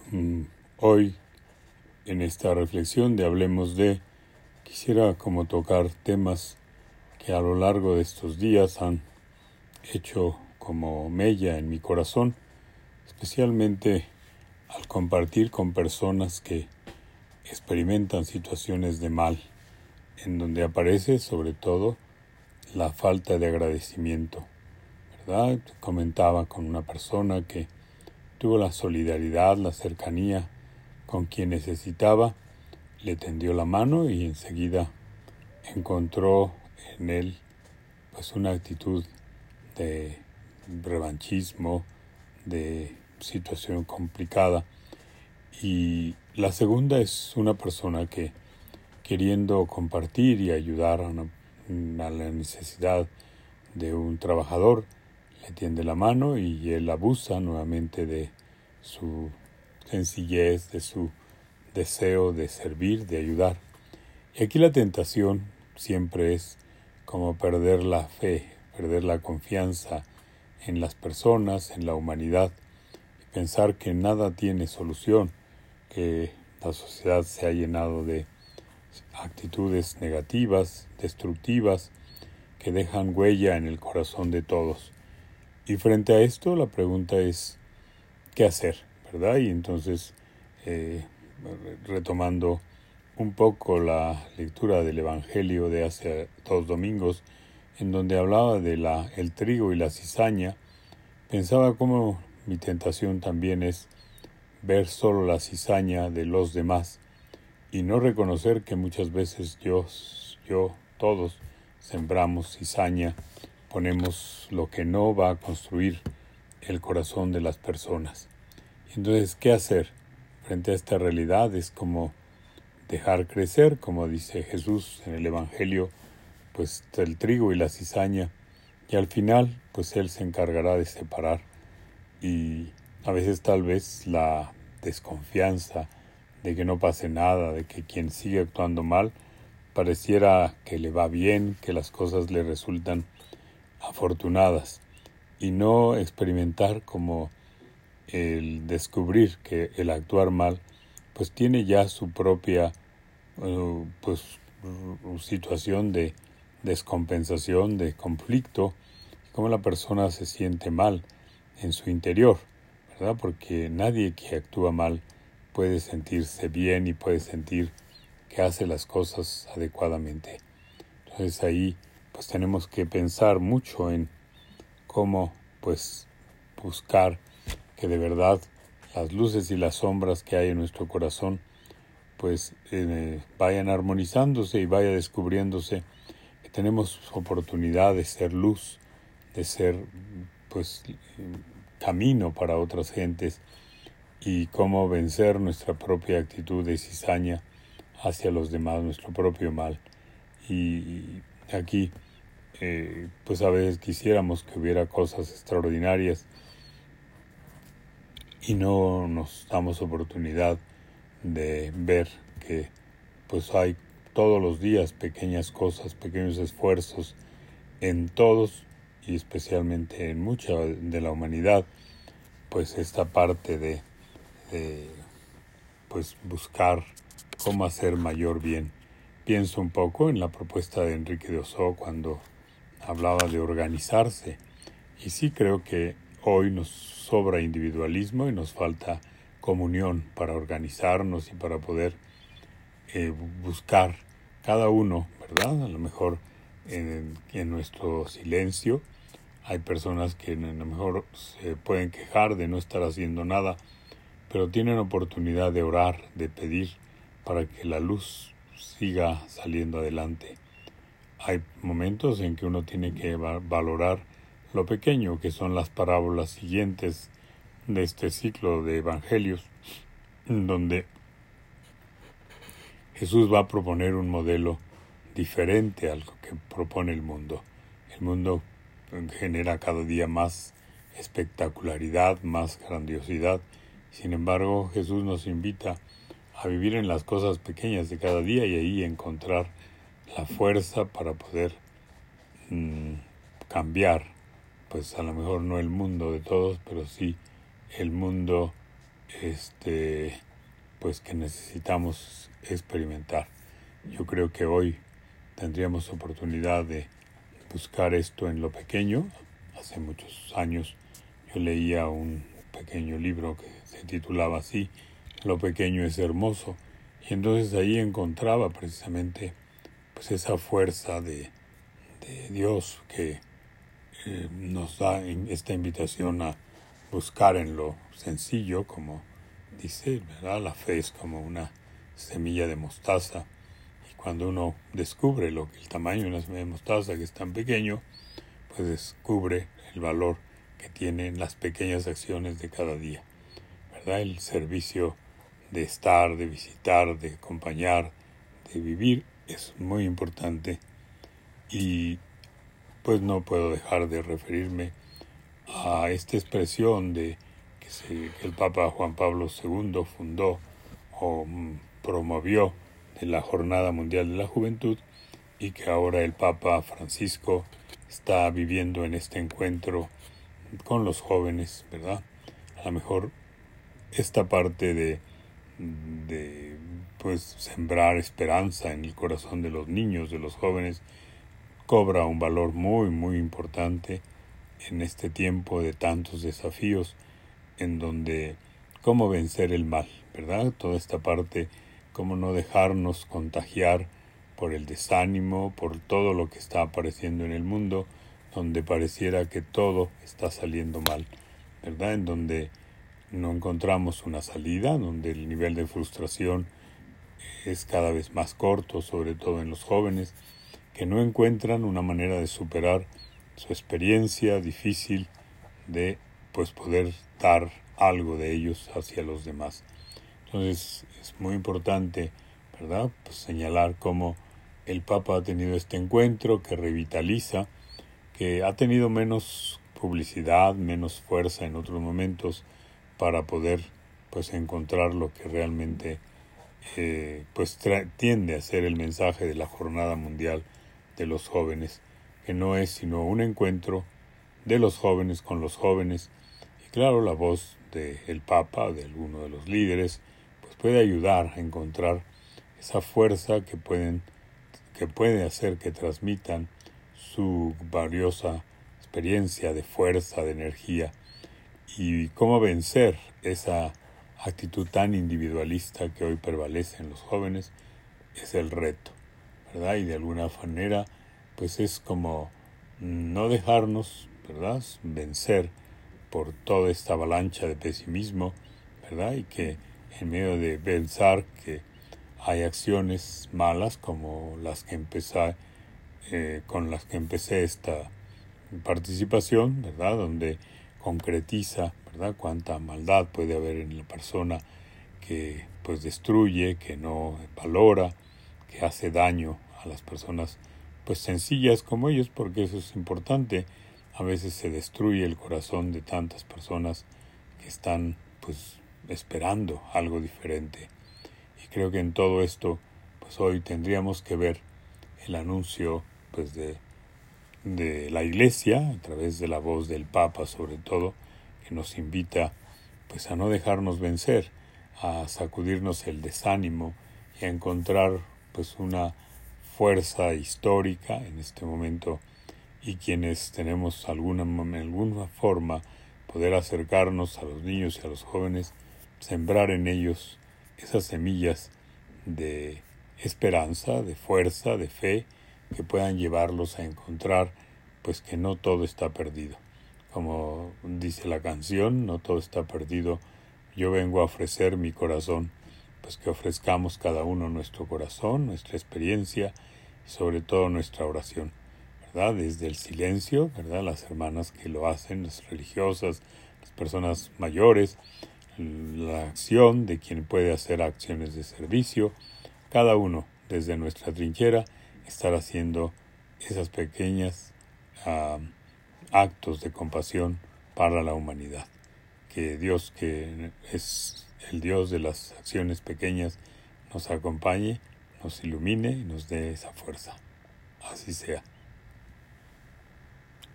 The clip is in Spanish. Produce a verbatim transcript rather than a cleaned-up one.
Mm, Hoy, en esta reflexión de Hablemos de, quisiera como tocar temas que a lo largo de estos días han hecho como mella en mi corazón, especialmente al compartir con personas que experimentan situaciones de mal, en donde aparece sobre todo la falta de agradecimiento, ¿verdad? Comentaba con una persona que tuvo la solidaridad, la cercanía con quien necesitaba, le tendió la mano y enseguida encontró en él pues una actitud de revanchismo, de situación complicada. Y la segunda es una persona que, queriendo compartir y ayudar a, una, a la necesidad de un trabajador, le tiende la mano y él abusa nuevamente de su sencillez, de su deseo de servir, de ayudar. Y aquí la tentación siempre es como perder la fe, perder la confianza en las personas, en la humanidad, y pensar que nada tiene solución, que la sociedad se ha llenado de actitudes negativas, destructivas, que dejan huella en el corazón de todos. Y frente a esto la pregunta es, ¿qué hacer? ¿Verdad? Y entonces, eh, retomando un poco la lectura del Evangelio de hace dos domingos, en donde hablaba de la, el trigo y la cizaña, pensaba cómo mi tentación también es ver solo la cizaña de los demás y no reconocer que muchas veces yo, yo, todos, sembramos cizaña, ponemos lo que no va a construir el corazón de las personas. Entonces, ¿qué hacer frente a esta realidad? Es como dejar crecer, como dice Jesús en el Evangelio, pues el trigo y la cizaña, y al final, pues Él se encargará de separar. Y a veces tal vez la desconfianza de que no pase nada, de que quien sigue actuando mal, pareciera que le va bien, que las cosas le resultan afortunadas, y no experimentar como el descubrir que el actuar mal pues tiene ya su propia uh, pues uh, situación de descompensación, de conflicto, cómo la persona se siente mal en su interior, ¿verdad? Porque nadie que actúa mal puede sentirse bien y puede sentir que hace las cosas adecuadamente. Entonces ahí pues tenemos que pensar mucho en cómo pues buscar que de verdad las luces y las sombras que hay en nuestro corazón pues eh, vayan armonizándose y vaya descubriéndose que tenemos oportunidad de ser luz, de ser pues camino para otras gentes, y cómo vencer nuestra propia actitud de cizaña hacia los demás, nuestro propio mal. Y aquí eh, pues a veces quisiéramos que hubiera cosas extraordinarias y no nos damos oportunidad de ver que pues hay todos los días pequeñas cosas, pequeños esfuerzos en todos y especialmente en mucha de la humanidad, pues esta parte de, de pues buscar cómo hacer mayor bien. Pienso un poco en la propuesta de Enrique de Ossó cuando hablaba de organizarse, y sí creo que hoy nos sobra individualismo y nos falta comunión para organizarnos y para poder eh, buscar cada uno, ¿verdad? A lo mejor en, en nuestro silencio hay personas que a lo mejor se pueden quejar de no estar haciendo nada, pero tienen oportunidad de orar, de pedir para que la luz siga saliendo adelante. Hay momentos en que uno tiene que valorar lo pequeño, que son las parábolas siguientes de este ciclo de evangelios, donde Jesús va a proponer un modelo diferente al que propone el mundo. El mundo genera cada día más espectacularidad, más grandiosidad. Sin embargo, Jesús nos invita a vivir en las cosas pequeñas de cada día y ahí encontrar la fuerza para poder mmm, cambiar, pues a lo mejor no el mundo de todos, pero sí el mundo este, pues que necesitamos experimentar. Yo creo que hoy tendríamos oportunidad de buscar esto en lo pequeño. Hace muchos años yo leía un pequeño libro que se titulaba así, Lo pequeño es hermoso, y entonces ahí encontraba precisamente pues esa fuerza de, de Dios que eh, nos da esta invitación a buscar en lo sencillo, como dice, ¿verdad? La fe es como una semilla de mostaza, y cuando uno descubre lo que el tamaño de una semilla de mostaza, que es tan pequeño, pues descubre el valor que tienen las pequeñas acciones de cada día, ¿verdad? El servicio de estar, de visitar, de acompañar, de vivir es muy importante, y pues no puedo dejar de referirme a esta expresión de que, se, que el Papa Juan Pablo segundo fundó o mm, promovió de la Jornada Mundial de la Juventud, y que ahora el Papa Francisco está viviendo en este encuentro con los jóvenes, ¿verdad? A lo mejor esta parte de, de pues sembrar esperanza en el corazón de los niños, de los jóvenes, cobra un valor muy, muy importante en este tiempo de tantos desafíos, en donde cómo vencer el mal, ¿verdad? Toda esta parte, cómo no dejarnos contagiar por el desánimo, por todo lo que está apareciendo en el mundo, donde pareciera que todo está saliendo mal, ¿verdad? En donde no encontramos una salida, donde el nivel de frustración es cada vez más corto, sobre todo en los jóvenes, que no encuentran una manera de superar su experiencia difícil de pues poder dar algo de ellos hacia los demás. Entonces es muy importante, ¿verdad?, pues señalar cómo el Papa ha tenido este encuentro que revitaliza, que ha tenido menos publicidad, menos fuerza en otros momentos para poder pues encontrar lo que realmente eh, pues tra- tiende a ser el mensaje de la Jornada Mundial de los Jóvenes, que no es sino un encuentro de los jóvenes con los jóvenes, y claro, la voz del Papa, de alguno de los líderes, pues puede ayudar a encontrar esa fuerza que pueden que puede hacer que transmitan su valiosa experiencia de fuerza, de energía, y cómo vencer esa actitud tan individualista que hoy prevalece en los jóvenes es el reto, ¿verdad? Y de alguna manera pues es como no dejarnos, ¿verdad?, vencer por toda esta avalancha de pesimismo, ¿verdad? Y que en medio de pensar que hay acciones malas como las que empecé, eh, con las que empecé esta participación, ¿verdad?, donde concretiza, ¿verdad?, cuánta maldad puede haber en la persona que pues destruye, que no valora, que hace daño a las personas pues sencillas como ellos, porque eso es importante. A veces se destruye el corazón de tantas personas que están pues esperando algo diferente. Y creo que en todo esto pues hoy tendríamos que ver el anuncio pues de, de la Iglesia, a través de la voz del Papa sobre todo, que nos invita pues a no dejarnos vencer, a sacudirnos el desánimo y a encontrar pues una fuerza histórica en este momento, y quienes tenemos alguna, alguna forma poder acercarnos a los niños y a los jóvenes, sembrar en ellos esas semillas de esperanza, de fuerza, de fe, que puedan llevarlos a encontrar pues que no todo está perdido. Como dice la canción, no todo está perdido, yo vengo a ofrecer mi corazón. Pues que ofrezcamos cada uno nuestro corazón, nuestra experiencia y sobre todo nuestra oración, ¿verdad? Desde el silencio, ¿verdad?, las hermanas que lo hacen, las religiosas, las personas mayores, la acción de quien puede hacer acciones de servicio, cada uno desde nuestra trinchera estar haciendo esas pequeñas uh, actos de compasión para la humanidad. Que Dios, que es el Dios de las acciones pequeñas, nos acompañe, nos ilumine y nos dé esa fuerza. Así sea.